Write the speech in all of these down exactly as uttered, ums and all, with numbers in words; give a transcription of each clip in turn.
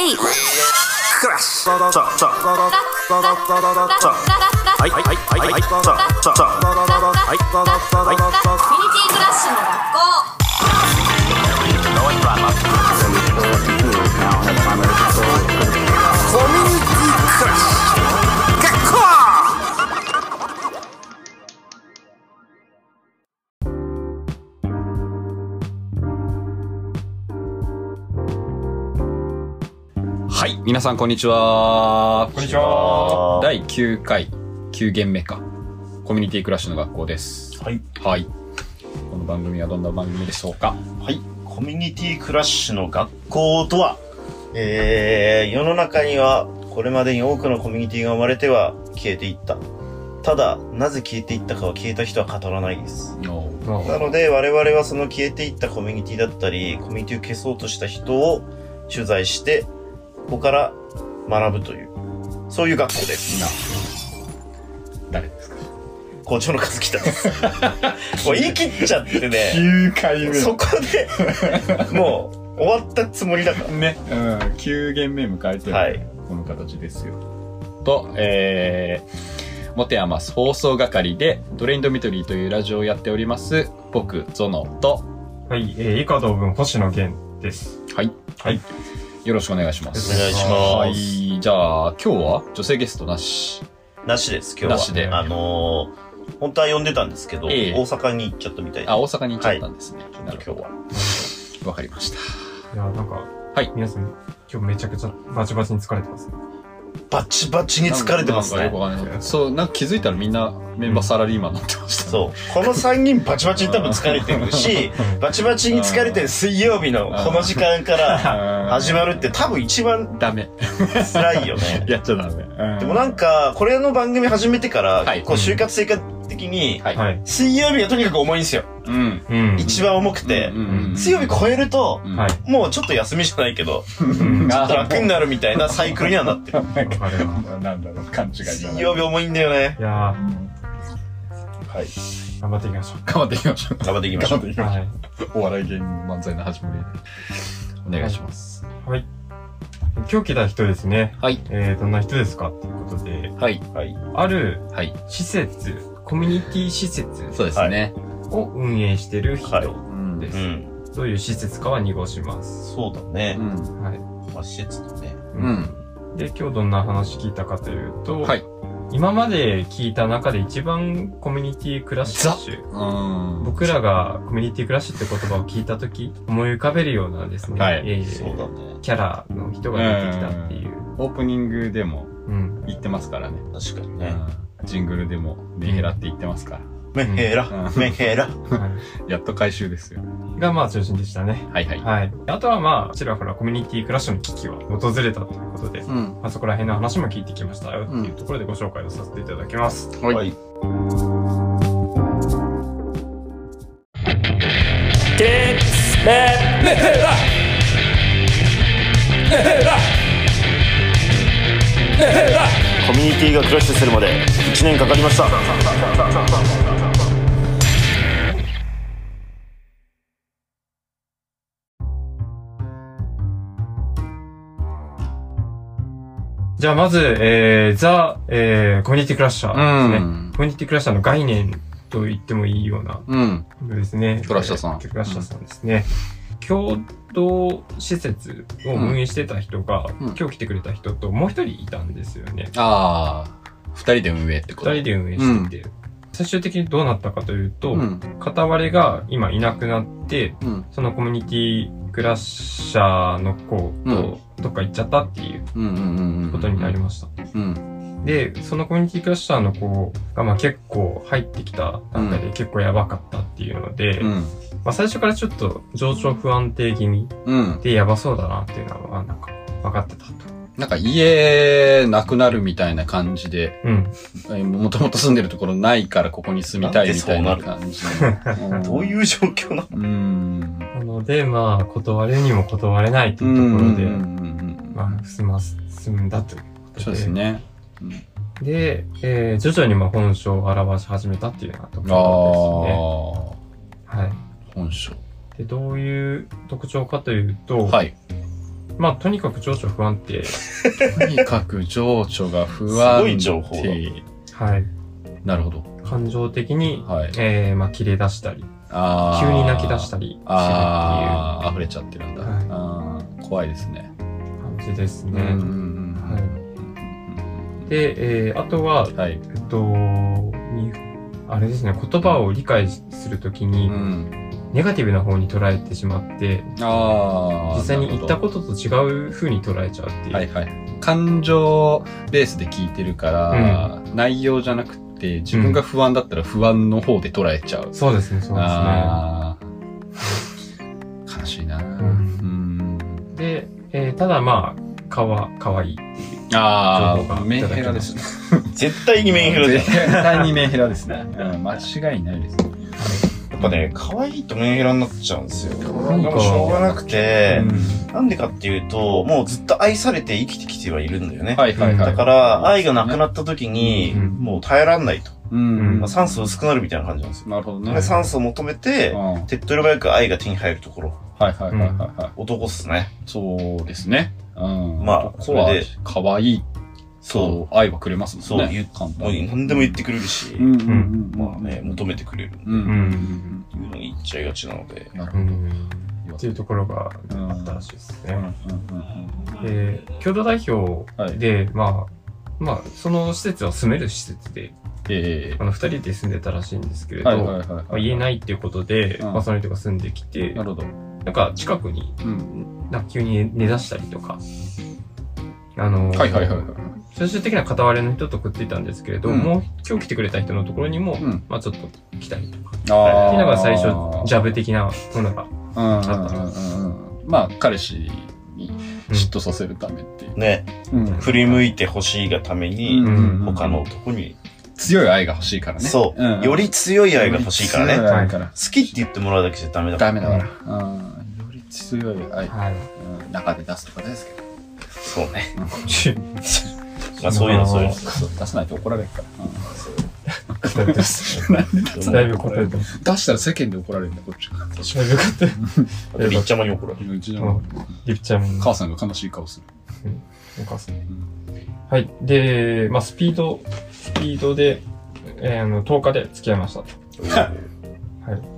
イクラッシュはいはいはいはいはいはいコミュニティクラッシュの学校コミュニティクラッシュ学校はい、皆さんこんにちは。 こんにちは。 だいきゅうかい、きゅう限目か。コミュニティクラッシュの学校です。 はい。 はい。この番組はどんな番組でしょうか。 はい。コミュニティクラッシュの学校とは、えー、世の中にはこれまでに多くのコミュニティが生まれては消えていった。ただ、なぜ消えていったかは消えた人は語らないです。なので、我々はその消えていったコミュニティだったり、コミュニティを消そうとした人を取材して、ここから学ぶという、そういう学校です。 誰ですか？ 校長の和樹です。もう言い切っちゃってね。 きゅうかいめ。 そこで、もう終わったつもりだから。 ね。うん。きゅう限目迎えてる、はい、この形ですよ。と、えー、モテアマス放送係でトレインドミトリーというラジオをやっております。僕、ゾノと、 はい、えー、以下同文、星野源です。 はい。 はい。 よろしくお願いします。 お願いします。 はい。じゃあ、今日は女性ゲストなしなしです、今日は。 なしで。 あのー、本当は呼んでたんですけど、ええ、大阪に行っちゃったみたいで。 あ、大阪に行っちゃったんですね。 はい、なるほど、今日は。わかりました。 いや、なんか、 はい。 皆さん、今日めちゃくちゃバチバチに疲れてますね。 バチバチに疲れてますね。 そう、なんか気づいたらみんなメンバーサラリーマンになってました、ね。 そう。このさんにんバチバチに多分疲れてるし、バチバチに疲れてる水曜日のこの時間から始まるって多分一番ダメ。 辛いよね。 やっちゃダメ。 でもなんか、これの番組始めてから、はい、こう就活生活的に、はい、水曜日がとにかく重いんですよ。うん、一番重くて、水曜日超えると、うん、もうちょっと休みじゃないけど、ちょっと楽になるみたいなサイクルにはなってる。 なんだろう、勘違いだ。 水曜日重いんだよね。 いやー、はい。頑張っていきましょう。 頑張っていきましょう。 頑張っていきましょう。 はい。お笑い芸人漫才の始まりで。お願いします。 はい。今日来た人ですね。 はい。 えー、どんな人ですかっていうことで。 はい。 はい。ある、施設、コミュニティ施設。 そうですね。 を運営してる人です。どういう施設かは濁します。 そうだね。 はい。 まあ、施設だね。 うん。で、今日どんな話聞いたかというと、はい。今まで聞いた中で一番コミュニティクラッシュ。僕らがコミュニティクラッシュって言葉を聞いたとき、思い浮かべるようなですね。 はい。 えー、そうだね。 キャラの人が出てきたっていう。 オープニングでも言ってますからね。 確かにね。 ジングルでもメンヘラって言ってますから。 メンヘラ、メンヘラ。 やっと回収ですよ。 がまあ中心でしたね。 はいはい。 はい。あとはまあ、ちらほらコミュニティクラッシュの危機は訪れたということで、うん、まあそこら辺の話も聞いてきましたよっていうところでご紹介をさせていただきます。 うん、はい。 テスメメヘラメヘラメヘラコミュニティがクラッシュするまでいちねんかかりました。 じゃあまず、えー、ザ、えー、コミュニティクラッシャーですね。うん、コミュニティクラッシャーの概念と言ってもいいような、うん、ですね。 クラッシャーさん。 クラッシャーさんですね。うん、共同施設を運営してた人が、うん、今日来てくれた人ともう一人いたんですよね。 ああ、二人で運営ってこと？ 二人で運営してて、うん、最終的にどうなったかというと、うん、片割れが今いなくなって、うん、そのコミュニティクラッシャーの子とどっか行っちゃったっていうことになりました。で、そのコミュニティクラッシャーの子がまあ結構入ってきた段階で結構やばかったっていうので、うん、まあ最初からちょっと情緒不安定気味でやばそうだなっていうのはなんか分かってたと。 なんか家なくなるみたいな感じで、うん、もともと住んでるところないからここに住みたいみたいな感じ。 どういう状況なの？うん、 なので、まあ、断れにも断れないというところで、まあ、住ま、住んだということで。 そうですね。 うん、で、えー、徐々にまあ本性を表し始めたっていうようなところですね。はい。 本性。 で、どういう特徴かというと、 はい。 まあ、とにかく情緒不安定。 とにかく情緒が不安定。 すごい情報だ。 はい。 なるほど。 感情的に、 はい、 えー、まあ、切れ出したり。 あ急に泣き出したりするっていう。 ああ、溢れちゃってるんだ。 はい、 あ怖いですね。 感じですね。 うんうんうんはい。で、えー、あとは、 はい、 えっと、あれですね、言葉を理解するときに、うん、ネガティブな方に捉えてしまって、あ実際に言ったことと違う風に捉えちゃうっていう。 はいはい。感情ベースで聞いてるから、うん、内容じゃなくて、自分が不安だったら不安の方で捉えちゃう。 うん、そうですね、そうですね。あ悲しいな、うんうん、 で、えー、ただまあ、かわ、かわいいっていう情あ報がメンヘラですね。 絶対にメンヘラです。 絶対にメンヘラですね。うん、間違いないですね。 やっぱね、可愛いとメンヘラになっちゃうんですよ。でもしょうがなくて、うん、なんでかっていうと、もうずっと愛されて生きてきてはいるんだよね。 はいはいはい。 だから、愛がなくなった時に、うん、もう耐えらんないと。 うんまあ、酸素薄くなるみたいな感じなんですよ。 なるほどね。 で酸素を求めて、うん、手っ取り早く愛が手に入るところ。 はいはいはいはい、はい。 男っすね。 そうですね。うん。 まあ、それで。 可愛い。そう。愛はくれますもんね。 そう、言う、何でも言ってくれるし。 うんうんうん。 まあね、求めてくれる。 うんうんうん。 いうのに言っちゃいがちなので。 なるほど。 っていうところがあったらしいですね。で、共同代表で、まあ、まあ、その施設は住める施設で、えー、あの、二人で住んでたらしいんですけれど、言えないっていうことで、うん、まあ、その人が住んできて、 なるほど。 なんか、近くに、うん、なんか急に寝出したりとか、あのー、 はいはいはいはい。 最終的な片割れの人とくっついたんですけれど、うん、もう今日来てくれた人のところにも、うん、まあちょっと来たりとか、っていうのが最初、ジャブ的なものがあったんです。 まあ、彼氏に嫉妬させるためっていう。 うん、ね、うん。振り向いてほしいがために、うん、他の男に、 強い愛が欲しいからね。 そう、うん。より強い愛が欲しいからね。 はい、 好きって言ってもらうだけじゃダメだから。 ダメだから。うん、より強い愛、はいうん。中で出すとかですけど。 そうね。まあそういうのそういうの。 出さないと怒られるから。 答えてます。だいぶ答えてます。 出したら世間で怒られるんだ、こっちが。 だいぶ答えてる。リッチャマに怒られる。 リッチャマに。 母さんが悲しい顔する。 お母さん。はい。で、まあスピード、スピードで、えー、あの、とおかで付き合いましたと。はい。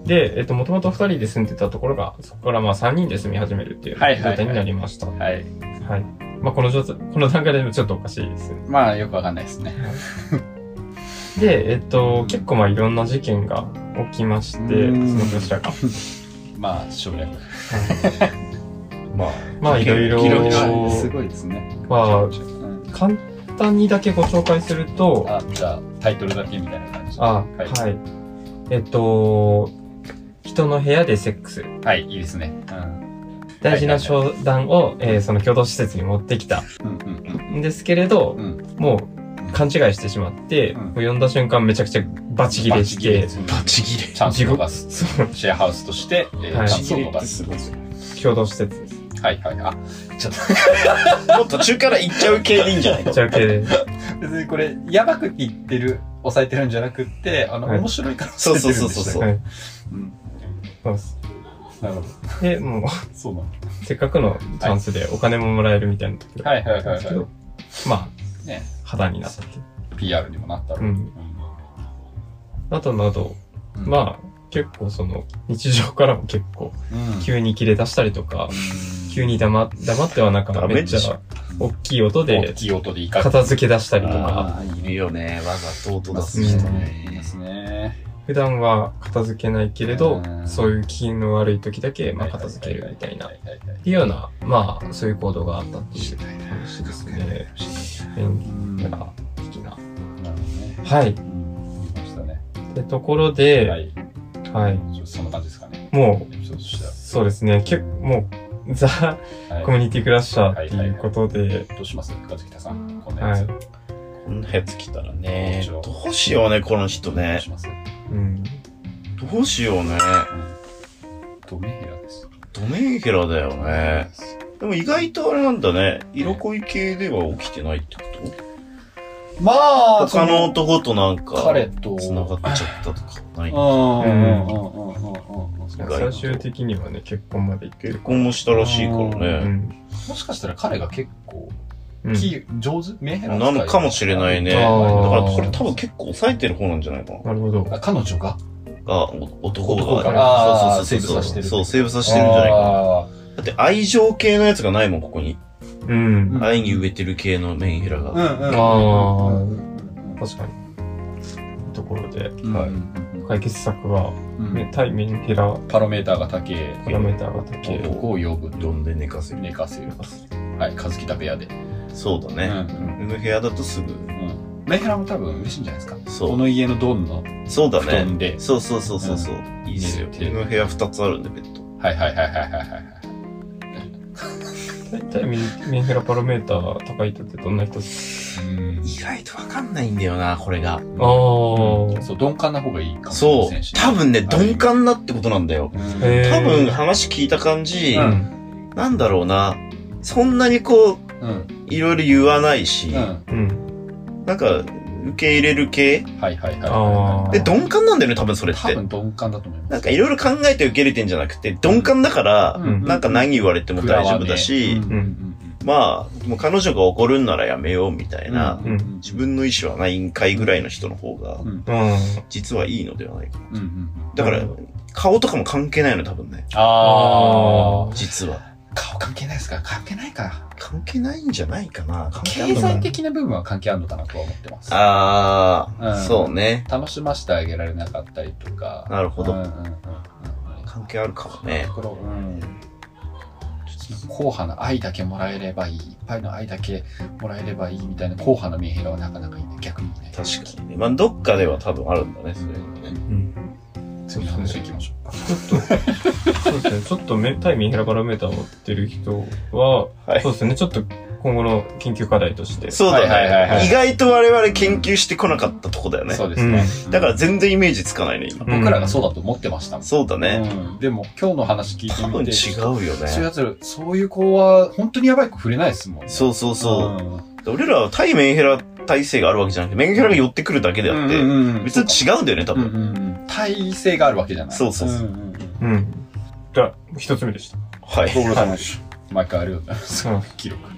で、えっと、もともとふたりで住んでたところが、そこからまあさんにんで住み始めるっていう状態になりました。 はい。 はい。まあこの状態、この段階でもちょっとおかしいですね。 まあよくわかんないですね。 で、えっと、結構まあいろんな事件が起きまして、そのこちらが。 まあ、省略。 まあ、 まあいろいろ。 すごいですね。 まあ、簡単にだけご紹介すると、 あ、じゃあタイトルだけみたいな感じで。 あ、はい。はい、えっと、人の部屋でセックス。 はい、いいですね。うん大事な商談を、えー、その共同施設に持ってきたんですけれど、うん、もう勘違いしてしまって、うん、もう呼んだ瞬間めちゃくちゃバチギレして、 バチギレチャンスを逃す。シェアハウスとして、えーはい、チャンスを逃す。 共同施設です。 はいはい。あ、ちょっと。もっと途中から行っちゃう系でいいんじゃない行っちゃう系で。 別にこれ、やばく言ってる、抑えてるんじゃなくって、あの、はい、面白いからそうそうそうそう。はい、 うん。そうです。 なるほど。 で、もう、 そうなの。 せっかくのチャンスでお金ももらえるみたいな時はいはいはいはい。 まあ、ね、肌になったって。 ピーアール にもなったろう。 うん。などなど、うん、まあ、結構その、日常からも結構、急に切れ出したりとか、うん、急に黙、黙ってはなんかめっちゃ、大きい音で、 大きい音で片付け出したりとか。 いるよね。わざと音出す人ね。 いますね。 普段は片付けないけれど、そういう気の悪い時だけ、まあ、片付けるみたいな、っていうような、まあ、そういう行動があったっていう話ですね。変な的な。はい。ってところで、はい。はい。 そんな感じですかね。 もう、そうですね。結構、もう、ザ・コミュニティクラッシャーっていうことで。 どうしますかずきたさん。 こんなやつ。 こんなやつ来たらね。どうしようね、この人ね。 どうしますうん、 どうしようね。 ドメンヘラです。 ドメンヘラだよね。でも意外とあれなんだね。色恋系では起きてないってこまあ、 他の男となんか、 彼と、 繋がっちゃったとかない。 うんうんうんうんうんうん。 最終的にはね、結婚まで行って結婚もしたらしいからね。 もしかしたら彼が結構、 うん、 上手メンヘラなのかもしれないね。だからこれ多分結構抑えてる方なんじゃないかな。 なるほど。 彼女があ、男が。 男が。 そうそうそう。 セーブさせてる。 そう、セーブさせてるんじゃないかな。だって愛情系のやつがないもん、ここに。 うん。 愛に飢えてる系のメンヘラが。 うんうん。ああ。確かに。ところで、はい。解決策は、ね、対メンヘラ。 パロメーターが高い。 パロメーターが高い。 男を呼ぶ。 呼んで寝かせる。 寝かせる。はい、和樹田部屋で。 そうだね。うん。部屋だとすぐ。 メンヘラも多分嬉しいんじゃないですか。 そう。 この家のドンの。 そうだね。 布団で。 そうそうそうそうそう。いいっすよ。部屋二つあるんで、ベッド。 はいはいはいはいはいはい。 大体メンヘラパロメーター高い人ってどんな人ですか？ 意外とわかんないんだよな、これが。ああ。 そう、鈍感な方がいいかもしれない。 そう。多分ね、鈍感なってことなんだよ。多分話聞いた感じ、なんだろうな。そんなにこう、いろいろ言わないし、なんか、受け入れる系はいはいはい。 で、鈍感なんだよね、多分それって。 多分鈍感だと思います。 なんかいろいろ考えて受け入れてんじゃなくて、鈍感だから、なんか何言われても大丈夫だし、まあ、もう彼女が怒るんならやめようみたいな、自分の意思はないんかいぐらいの人の方が、実はいいのではないかな。だから、顔とかも関係ないの、多分ね。 ああ。 実は。 顔関係ないですか？関係ないか。 関係ないんじゃないかな。 経済的な部分は関係あるのかなとは思ってます。 ああ、そうね。 楽しませてあげられなかったりとか。 なるほど。関係あるかもね。 硬派な愛だけもらえればいい、いっぱいの愛だけもらえればいいみたいな硬派なメンヘラはなかなかいいね、逆にね。 確かにね。まあ、どっかでは多分あるんだね、それがね。 うん次の話行きましょう。 ちょっと、そうですね、ちょっとめ対メンヘラバロメーターを持ってる人は、はい、そうですね、ちょっと今後の研究課題として。 そうだね、はいはいはい。意外と我々研究してこなかったとこだよね。 そうですね。 うん、だから全然イメージつかないね、今。 僕らがそうだと思ってましたもん。 そうだね、 うん。でも今日の話聞いてみて。 多分違うよね。 そういうやつ、そういう子は本当にやばい子触れないですもんね。 そうそうそう。うん、俺らは対メンヘラ体制があるわけじゃなくて、メンヘラが寄ってくるだけであって、うんうんうん、別に違うんだよね、多分。うんうん、 体制があるわけじゃない。 そうそうそう。 うん。じゃあ、一つ目でした。 はい。 ご苦労様です。毎回ありがとうございます。記録。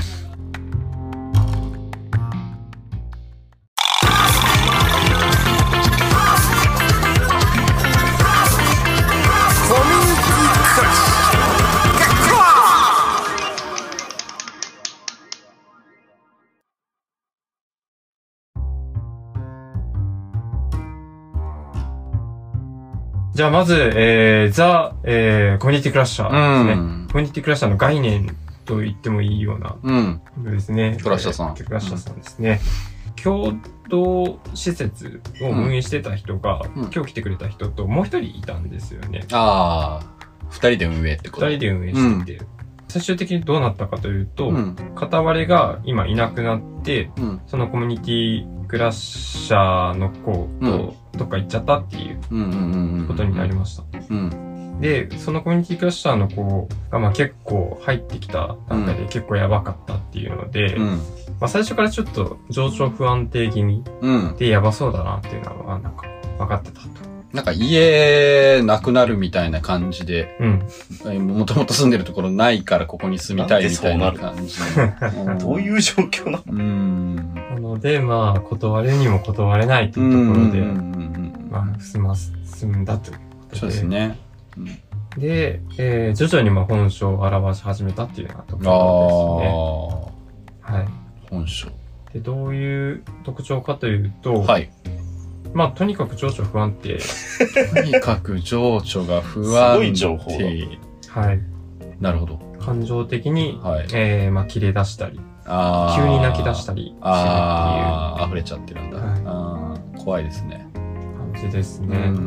じゃあまず、えー、ザ、えー、コミュニティクラッシャーですね。うん、コミュニティクラッシャーの概念と言ってもいいような、うん、ですね。 クラッシャーさん。 クラッシャーさんですね。うん、共同施設を運営してた人が、うん、今日来てくれた人ともう一人いたんですよね。 ああ、二人で運営ってこと？ 二人で運営してて、うん、最終的にどうなったかというと、うん、片割れが今いなくなって、うん、そのコミュニティクラッシャーの子とどっか行っちゃったっていうことになりました。で、そのコミュニティクラッシャーの子がまあ結構入ってきた段階で結構やばかったっていうので、うん、まあ最初からちょっと情緒不安定気味でやばそうだなっていうのはなんか分かってたと。 なんか家なくなるみたいな感じで、うん、もともと住んでるところないからここに住みたいみたいな感じ。 どういう状況なの？うん、 なので、まあ、断れにも断れないというところで、まあ、住ま、住んだということで。 そうですね。 うん、で、えー、徐々にまあ本性を表し始めたっていうようなところですね。はい。 本性。 で、どういう特徴かというと、 はい。 まあ、とにかく情緒不安定。 とにかく情緒が不安定。 すごい情報だ。 はい。 なるほど。 感情的に、はい、えー、まあ、切れ出したり、 あ急に泣き出したりするっていう。 ああ、溢れちゃってるんだ。はい、あ怖いですね。 感じですね。はい。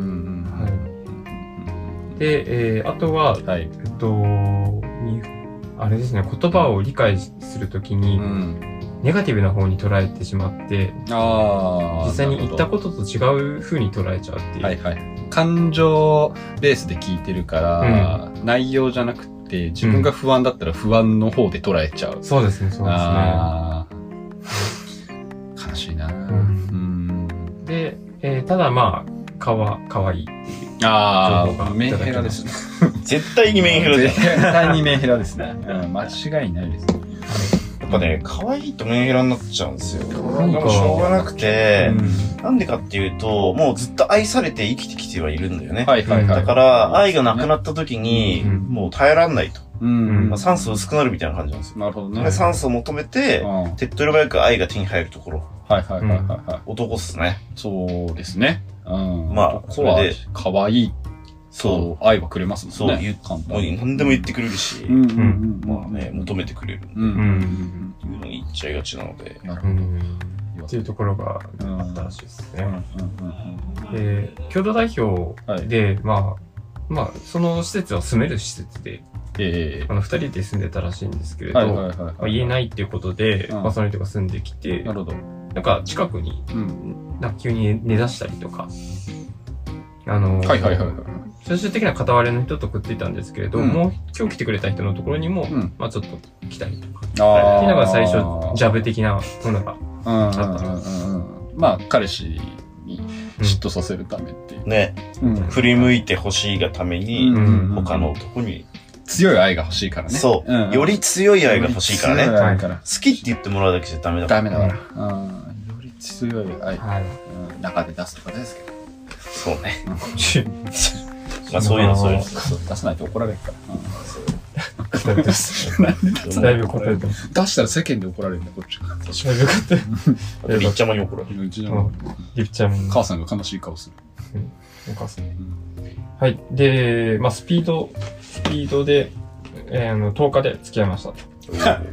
で、えー、あとは、はい、えっと、に、あれですね、言葉を理解するときに、うんネガティブな方に捉えてしまって、あ実際に言ったことと違う風に捉えちゃうっていう。 はいはい。感情ベースで聞いてるから、うん、内容じゃなくて、自分が不安だったら不安の方で捉えちゃう。 うん、そうですね、そうですね。 あ悲難しいな。うん。で、えー、ただまあ、かわ、かわいいっていう。 ああ、メンヘラですね。 絶対にメンヘラです。 絶対にメンヘラですね。うん、間違いないですね。 やっぱね、可愛いとメンヘラになっちゃうんですよ。でもしょうがなくて、うん、なんでかっていうと、もうずっと愛されて生きてきてはいるんだよね。はいはいはい。だから、愛がなくなった時に、うん、もう耐えらんないと。うんまあ、酸素薄くなるみたいな感じなんですよ。なるほどね。で酸素を求めて、うん、手っ取り早く愛が手に入るところ。はいはいはいはい、はい。男っすね。 そうですね。うん。まあ、 それで。 可愛い。そう。愛はくれますもんね。 そう、言う、何でも言ってくれるし、うんうん、まあね、求めてくれる。うんうん。いうのに言っちゃいがちなので。なるほど。 っていうところがあったらしいですね。で、共同代表で、まあ、まあ、その施設は住める施設で、えー、あの、二人で住んでたらしいんですけれど、言えないっていうことで、うん、まあ、その人が住んできて、なるほど。なんか、近くに、うん、なんか急に寝出したりとか、あのー、はいはいはいはい。最終的な片割れの人とくっついたんですけれど、うん、もう今日来てくれた人のところにも、うん、まあちょっと来たりとか。っていうのが最初、ジャブ的なものがあったんです。 まあ、彼氏に嫉妬させるためっていう。 うん、ね、うん。振り向いてほしいがために、うん、他の男に。 強い愛が欲しいからね。 そう。うん、より強い愛が欲しいからね。はい、好きって言ってもらうだけじゃダメだから。 ダメだから。うん、より強い愛。はいうん、中で出すとかですけど。 そうね。まあそういうのそういうの。 出さないと怒られるから。 答えてます。だいぶ答えてます。 出したら世間で怒られるんだ、こっちが。 だいぶ答えてる。リッチャマに怒られる。 リッチャマに。 母さんが悲しい顔する。 お母さん。はい。で、まあスピード、スピードで、えー、あの、とおかで付き合いました。はい。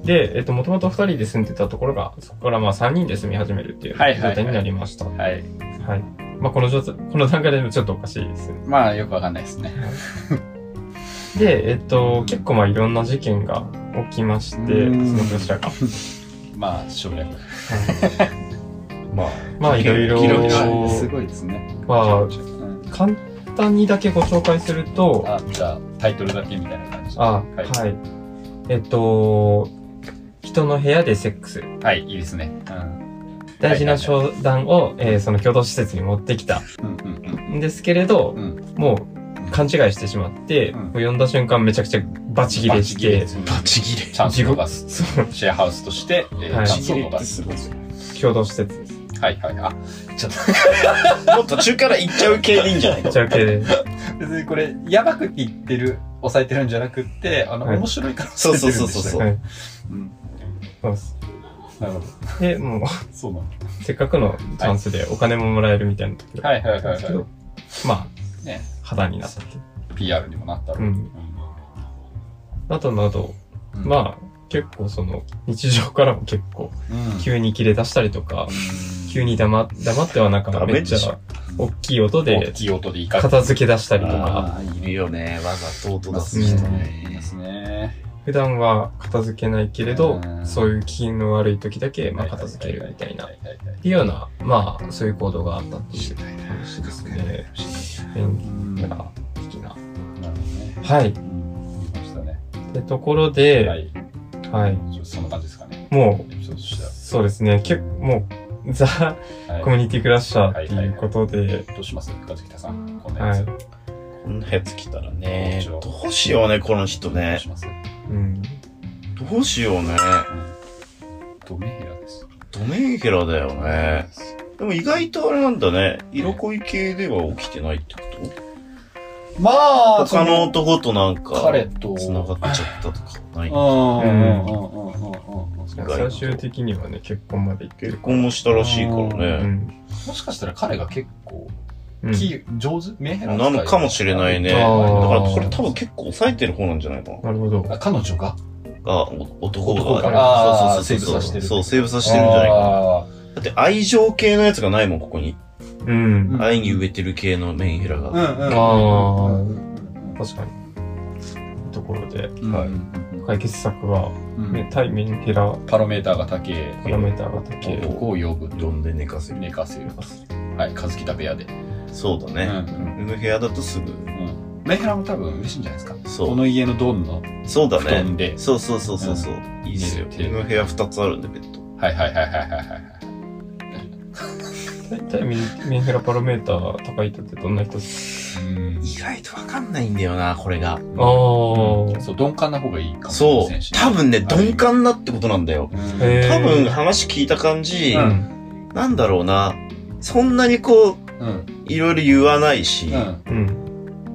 で、えっと、もともとふたりで住んでたところが、そこからまあさんにんで住み始めるっていう状態になりました。はい。はい。まあこの状態、この段階でもちょっとおかしいです。 まあよくわかんないですね。 で、えっと、結構まあいろんな事件が起きまして、そのどちらか。 まあ、省略。 まあ、 まあいろいろ。 すごいですね。 まあ、簡単にだけご紹介すると、 あ、じゃあタイトルだけみたいな感じで。 あ、はい。はい、えっと、人の部屋でセックス。 はい、いいですね。うん大事な商談を、えー、その共同施設に持ってきたんですけれど、うん、もう勘違いしてしまって、うん、もう呼んだ瞬間めちゃくちゃバチギレして、 バチギレチャンスを逃す。シェアハウスとして、えーはい、チャンスを逃す。 共同施設です。 はいはい。あ、ちょっと。もう途中から行っちゃう系でいいんじゃない行っちゃう系で。 別にこれ、やばくって言ってる、抑えてるんじゃなくって、あの、はい、面白いからそうそうそうそう。はい、 うん。そうです。 なるほど。 で、もう、そうなの。せっかくのチャンスでお金ももらえるみたいな時はいはいはいはい。 まあ、ね、肌になったって。 ピーアール にもなったろう。うん。 あとなど、うん、まあ、結構その、日常からも結構、急に切れ出したりとか、うん、急に黙、黙ってはなんかめっちゃ、大きい音で、 大きい音で片付け出したりとか。 いるよね。わざと音出す人ね。 いますね。 普段は片付けないけれど、そういう気の悪い時だけ、まあ、片付けるみたいな、っていうような、まあ、そういう行動があったっていう話ですね。便利な的な。はい。ってところで、はい。はい。 そんな感じですかね。 もう、そうですね。結構、もう、ザ・コミュニティクラッシャーっていうことで。 どうしますかずきたさん。こんなやつ。 こんなやつ来たらね。どうしようね、この人ね。どうしますうん、 どうしようね。 ドメンヘラです。 ドメンヘラだよね。でも意外とあれなんだね。色恋系では起きてないってこと？まあ、他の男となんか、彼と繋がっちゃったとかないんですか？最終的にはね、結婚まで行ってる。 結婚もしたらしいからね。うん、 もしかしたら彼が結構、キー、上手メンヘラなのかもしれないね。だからこれ多分結構抑えてる方なんじゃないかな。 なるほど。 彼女がが、男が。 男が。そうそうそう。セーブさせてる。 そう、セーブさせてるんじゃないかな。だって愛情系のやつがないもん、ここに。うん。愛に植えてる系のメンヘラが。うんうん。 ああ。確かに。ところで、はい。解決策は、対メンヘラ。 パロメーターが高い。 パロメーターが高い。 男を呼ぶ。 呼んで寝かせる。 寝かせる。はい。和樹田部屋で。 そうだね。うん。部屋だとすぐ。 メンヘラも多分嬉しいんじゃないですか。そう。この家のドンの。 そうだね。 布団で。 そうそうそうそうそう。いいですよ。M部屋二つあるんで、ベッド。 はいはいはいはいはいはい。 大体メンヘラパロメーター高い人ってどんな人ですか？ 意外とわかんないんだよな、これが。ああ、うん、 そう、鈍感な方がいいかもしれない。 そう。多分ね、鈍感なってことなんだよ。多分話聞いた感じ、うん、なんだろうな。そんなにこう、うん、いろいろ言わないし、うん、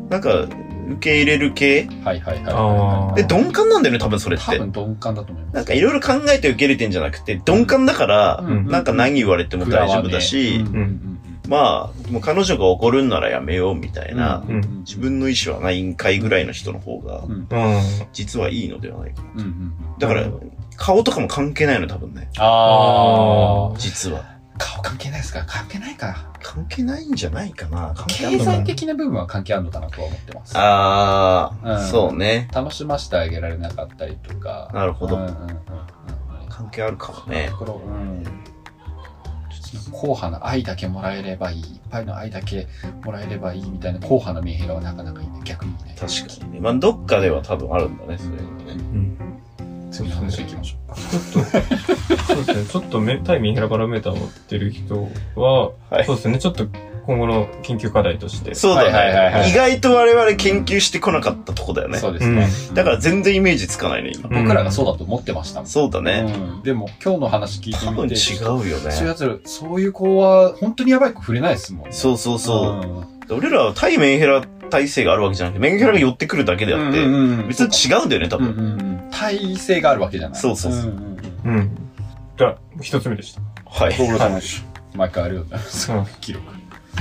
なんか、受け入れる系はいはいはい。 で、鈍感なんだよね、多分それって。 多分鈍感だと思います。 なんかいろいろ考えて受け入れてんじゃなくて、鈍感だから、うん、なんか何言われても大丈夫だし、うん、まあ、もう彼女が怒るんならやめようみたいな、うん、自分の意思はないんかいぐらいの人の方が、うん、実はいいのではないかな。うん、だから、顔とかも関係ないの、多分ね。ああ。実は。 顔関係ないですか？関係ないか。 関係ないんじゃないかな。 経済的な部分は関係あるのかなとは思ってます。 ああ、うん、そうね。 楽しませてあげられなかったりとか。 なるほど。うんうんうんうん、関係あるかもね。これ、うん、 硬派な愛だけもらえればいい、いっぱいの愛だけもらえればいいみたいな硬派なメンヘラはなかなかいいね。逆にね。 確かにね。まあどっかでは多分あるんだね、それがね。うん次の話行きましょうか。 ちょっと、そうですね、ちょっとめ対メンヘラバロメーターを持ってる人は、はい、そうですね、ちょっと今後の研究課題として。 そうだね、はいはいはい。意外と我々研究してこなかったとこだよね。 そうですね。 うん、だから全然イメージつかないね、今。 僕らがそうだと思ってましたもん。 そうだね、 うん。でも今日の話聞いてみて。 多分違うよね。 そういうやつ、そういう子は本当にやばい子触れないですもんね。 そうそうそう。うん、俺らは対メンヘラ体制があるわけじゃなくて、メンヘラが寄ってくるだけであって、うんうんうん、別に違うんだよね、多分。うんうん、 体制があるわけじゃない。 そうそうそう。うんうんうん、じゃあ、一つ目でした。 はい。 ご苦労様です。毎回ありがとうございます。記録。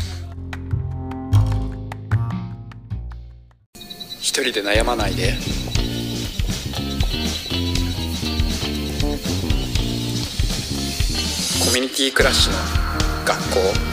一人で悩まないで。コミュニティクラッシュの学校。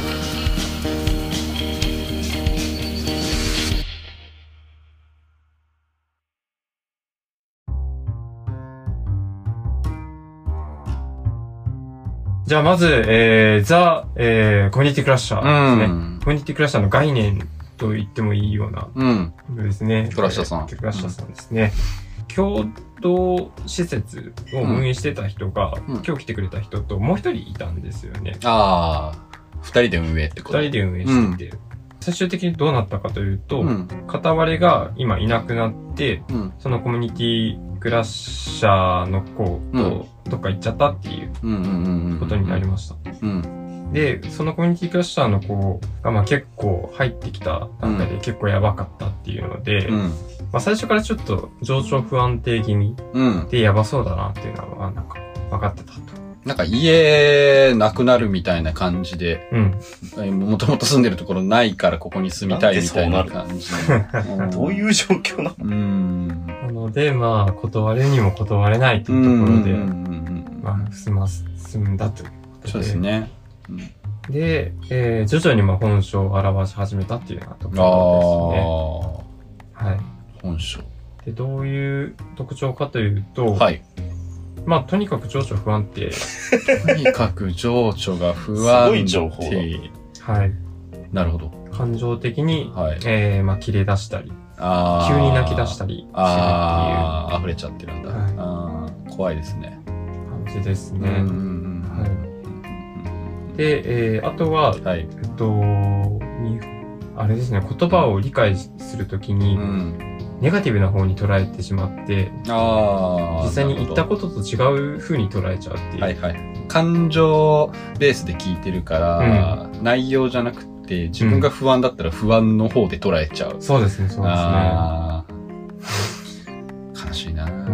じゃあまず、えー、ザ、えー、コミュニティクラッシャーですね、うん。コミュニティクラッシャーの概念と言ってもいいような、うん、ですね。 クラッシャーさん。 クラッシャーさんですね。うん、共同施設を運営してた人が、うん、今日来てくれた人ともう一人いたんですよね。 ああ、二人で運営ってこと？ 二人で運営してて、うん、最終的にどうなったかというと、うん、片割れが今いなくなって、うん、そのコミュニティクラッシャーの子とどっか行っちゃったっていうことになりました。で、そのコミュニティクラッシャーの子がまあ結構入ってきた段階で結構やばかったっていうので、うん、まあ最初からちょっと情緒不安定気味でやばそうだなっていうのはなんか分かってたと。 なんか家なくなるみたいな感じで、うん、もともと住んでるところないからここに住みたいみたいな感じ。 どういう状況なの？うん、 なので、まあ、断れにも断れないというところで、まあ、住ま、住んだということで。 そうですね。 うん、で、えー、徐々にまあ本性を表し始めたっていうようなところですね。はい。 本性。 で、どういう特徴かというと、 はい。 まあ、とにかく情緒不安定。 とにかく情緒が不安定。すごい情報だ。 はい。 なるほど。 感情的に、はい、えー、まあ、切れ出したり、あ急に泣き出したりするっていう。 ああ、溢れちゃってるんだ。はい、あ怖いですね。 感じですね。はい、で、えー、あとは、はい、えっと、あれですね、言葉を理解するときに、うんネガティブな方に捉えてしまって、あ実際に言ったことと違う風に捉えちゃうっていう。 はいはい。感情ベースで聞いてるから、うん、内容じゃなくて、自分が不安だったら不安の方で捉えちゃう。 うん、そうですね、そうですね。あ悲しいな、うんうん、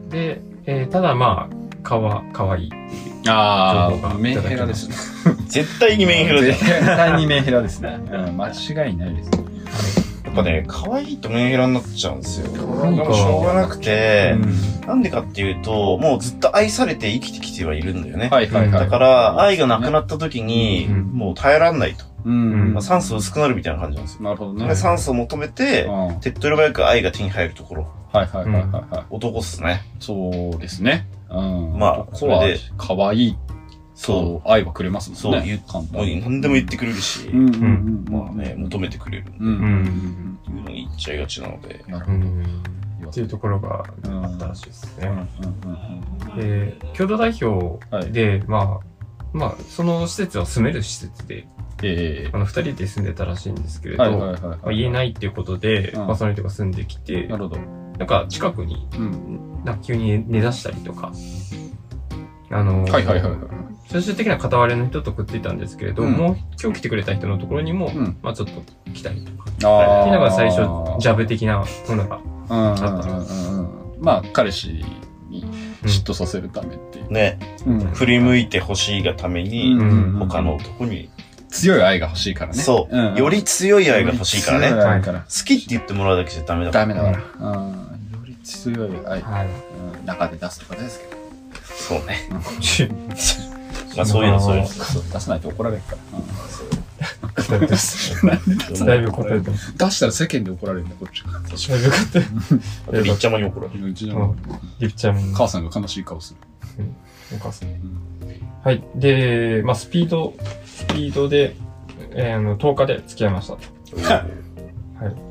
で、えー、ただまあ、かわ、かわいいっていう。 ああ、メンヘラですね。 絶対にメンヘラです。 絶対にメンヘラですね。うん、間違いないですね。 やっぱね、可愛いとメンヘラになっちゃうんですよ。でもしょうがなくて、うん、なんでかっていうと、もうずっと愛されて生きてきてはいるんだよね。はいはいはい。だから、愛がなくなった時に、うん、もう耐えらんないと。うんまあ、酸素薄くなるみたいな感じなんですよ。なるほどね。酸素を求めて、うん、手っ取り早く愛が手に入るところ。はいはいはいはい、はい。男っすね。 そうですね。うん。 まあ、それで。 可愛い。そう。愛はくれますもんね。 そう、言う、何でも言ってくれるし、うんうんうん、まあね、求めてくれる。うんうんうん。っていうのに言っちゃいがちなので。 なるほど。っていうところがあったらしいですね。 で、共同代表で、はい、まあ、まあ、その施設は住める施設で、えー、あの、二人で住んでたらしいんですけれど、言えないっていうことで、うん、まあ、その人が住んできて、なるほど。なんか、近くに、うん、なんか急に寝出したりとか、あのー、はいはいはいはい。最終的な片割れの人とくっついたんですけれど、うん、もう今日来てくれた人のところにも、うん、まあちょっと来たりとか。あっていうのが最初、ジャブ的なものがあったと。 まあ、彼氏に嫉妬させるためっていう。うん、 ね、うん。振り向いてほしいがために、うん、他の男に。 強い愛が欲しいからね。 そう。うん、より強い愛が欲しいからね。はい、好きって言ってもらうだけじゃダメだから。 ダメだから。うん、より強い愛、はいうん、中で出すとかですけど。 そうね。まあそういうのそういうの。 出さないと怒られるから。 だいぶ答えてます。 出したら世間で怒られるんだ、こっちが。 だいぶ答えて。りっちゃまに怒られる。 りっちゃまに。 母さんが悲しい顔する。 お母さん。はい。で、まあスピード、スピードで、えー、あの、とおかで付き合いました。はい。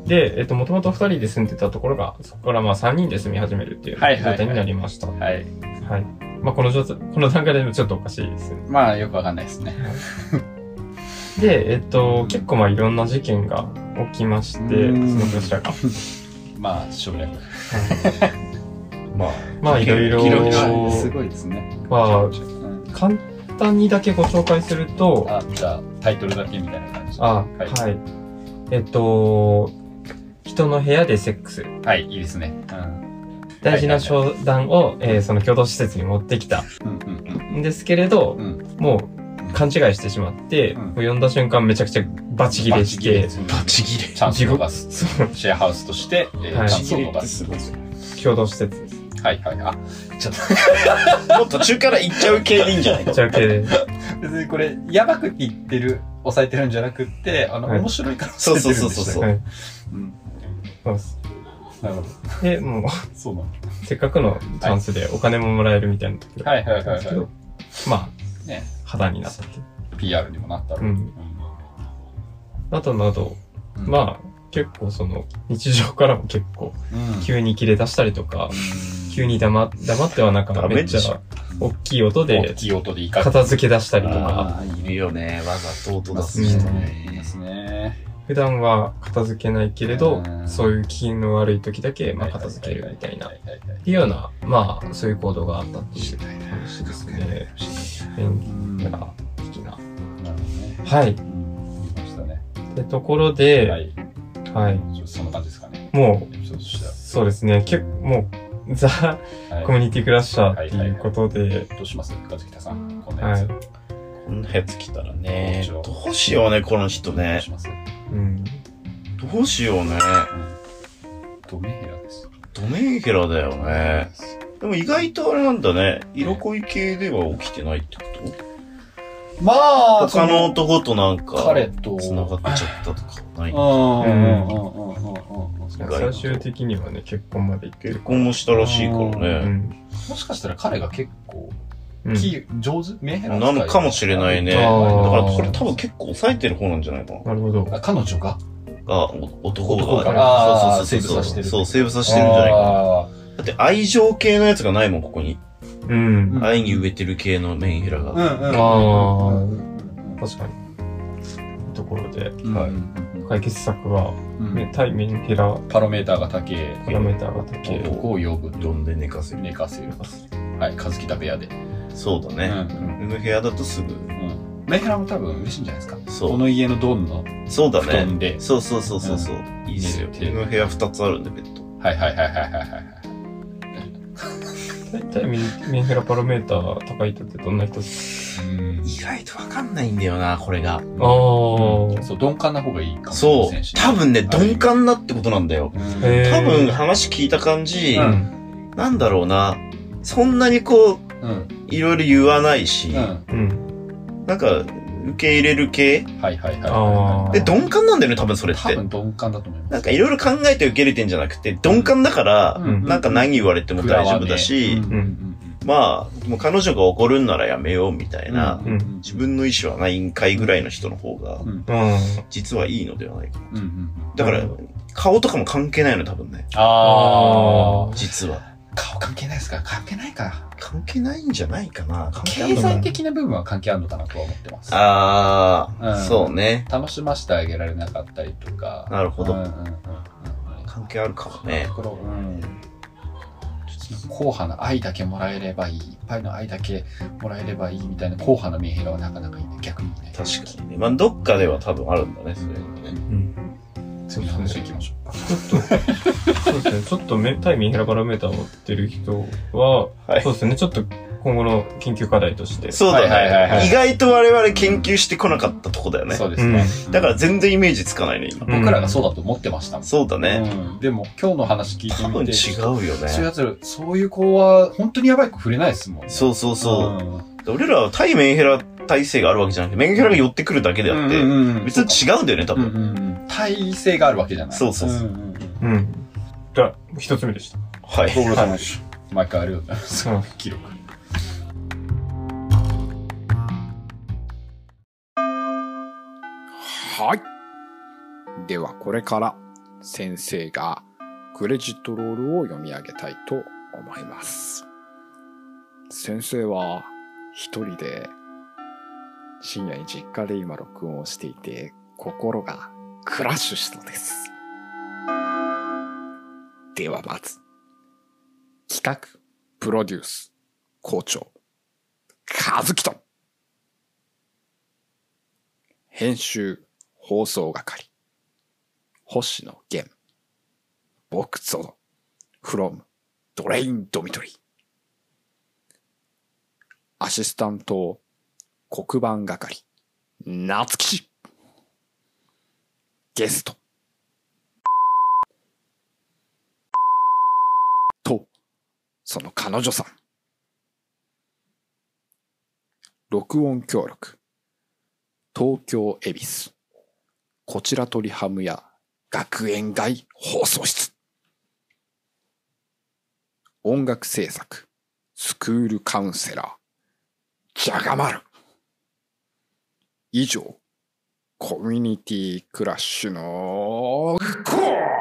で、えっと、もともとふたりで住んでたところが、そこからまあさんにんで住み始めるっていう状態になりました。はい。はい。まあこの状態、この段階でもちょっとおかしいですね。 まあよくわかんないですね。 で、えっと、結構まあいろんな事件が起きまして、そのプレッシャーが。 まあ、省略。 まあ、 まあいろいろ。 すごいですね。 まあ、簡単にだけご紹介すると、 あ、じゃあタイトルだけみたいな感じ。 あ、はい。はい、えっと、人の部屋でセックス。 はい、いいですね。うん大事な商談を、えー、その共同施設に持ってきたんですけれど、うんうん、もう勘違いしてしまって、うん、呼んだ瞬間めちゃくちゃバチ切れして、 バチ切れチャンス逃す。シェアハウスとして、えーはい、チャンスを逃す。 共同施設です。 はいはい。あ、 ちょっと。もう途中から行っちゃう系でいいんじゃない行っちゃう系で。 別にこれ、やばくって言ってる、抑えてるんじゃなくって、あの、はい、面白いからそうそうそうそう。はい、 うん。そうです。 なるほど。 で、もう、そうなんせっかくのチャンスでお金ももらえるみたいな時があったんですけど、まあ、ね、肌になったって。 ピーアール にもなったら。うん。 などなど、うん、まあ、結構その、日常からも結構、急に切れ出したりとか、うん、急に黙、黙ってはなんかめっちゃ、大きい音で、 大きい音で片付け出したりとか。 ああ、いるよね。わざと音出す人ね。 いますね。 普段は片付けないけれど、そういう気の悪い時だけ、まあ、片付けるみたいな、っていうような、まあ、そういう行動があったっていう話ですね。便利な的な。はい。で、ところで、はい。はい。 そんな感じですかね。 もう、そうですね。結構、もう、ザ・コミュニティクラッシャーっていうことで。 どうしますかずきたさん。こんなやつ。 こんなやつ来たらね。どうしようね、この人ね。 どうしますうん、 どうしようね。 ドメンヘラです。 ドメンヘラだよね。でも意外とあれなんだね。色恋系では起きてないってこと？まあ、他の男となんか、 彼と繋がっちゃったとかないんだ。最終的にはね、結婚まで行ってる。 結婚もしたらしいからね。うん、 もしかしたら彼が結構、うん、上手メンヘラなのかもしれないね。だからこれ多分結構抑えてる方なんじゃないかな。 なるほど。 彼女がが、男が。 ああ、 そうそうそうそう。そう、セーブさせてるんじゃないかな。だって愛情系のやつがないもん、ここに。うん。愛に植えてる系のメンヘラが。うんうん。 ああ、確かに。ところで、はい。解決策は、対メンヘラ。 パロメーターが高い。 パロメーターが高い。 男を呼ぶ。 呼んで寝かせる。 寝かせる。はい、和樹田部屋で。 そうだね。うん。部屋だとすぐ。うん。 メンヘラも多分嬉しいんじゃないですか。そう。この家のドンの。 そうだね。 布団で。 そうそうそうそうそう。いいですよ。部屋二つあるんで、ベッド。 はいはいはいはいはいはい。 大体メンヘラパロメーター高い人ってどんな人ですか？ 意外とわかんないんだよな、これが。ああ。 そう、鈍感な方がいいかもしれない。 そう。多分ね、鈍感なってことなんだよ。多分話聞いた感じ、なんだろうな。そんなにこう、いろいろ言わないし、なんか、受け入れる系はいはいはい。 で、鈍感なんだよね、多分それって。 多分鈍感だと思います。 なんかいろいろ考えて受け入れてんじゃなくて、鈍感だから、なんか何言われても大丈夫だし、まあ、もう彼女が怒るんならやめようみたいな、自分の意思はないんかいぐらいの人の方が、実はいいのではないかなと。だから、顔とかも関係ないの、多分ね。 ああ。 実は。 顔関係ないですか？関係ないか。 関係ないんじゃないかな。関係ある経のかな。 済的な部分は関係あるのかなとは思ってます。 ああ、 うんそうね。 楽しませてあげられなかったりとか。 なるほど。 うんうんうんうん、 関係あるかもね。 うん、硬派な愛だけもらえればいい、いっぱいの愛だけもらえればいいみたいな硬派なメンヘラはなかなかいいね、逆にね。 確かにね。まあ、どっかでは多分あるんだね、それにね。 うん。 次の話行きましょうか。 ちょっと、そうですね、ちょっとめ対メンヘラバロメーターを持ってる人は、はい、そうですね、ちょっと今後の研究課題として。 そうだね、はいはいはいはい。意外と我々研究してこなかったとこだよね。 そうですね。 うん、だから全然イメージつかないね、今。 僕らがそうだと思ってましたもん。 そうだね、 うん。でも今日の話聞いてみて。 多分違うよね。 そういうやつ、そういう子は本当にやばい子触れないですもんね。 そうそうそう。うん、俺らは対メンヘラ体制があるわけじゃなくて、メンヘラが寄ってくるだけであって、うんうんうん、別に違うんだよね、多分。うんうんうん、体制があるわけじゃない。 そうそうそう。うんうんうん、うん。じゃあ、一つ目でした。 はい。 ご苦労様でした。毎回ありがとうございます。うん、記録。 はい。では、これから先生がクレジットロールを読み上げたいと思います。先生は一人で深夜に実家で今録音をしていて、心がクラッシュしたのです。ではまず、企画、プロデュース、校長、和樹と、編集、放送係、星野源、僕ゾノ、from ドレインドミトリー、アシスタント、黒板係、夏吉、ゲスト、と、その彼女さん。録音協力、東京恵比寿、こちら鳥ハムや学園街放送室。音楽制作、スクールカウンセラー、ジャガマル。以上、コミュニティクラッシュのコー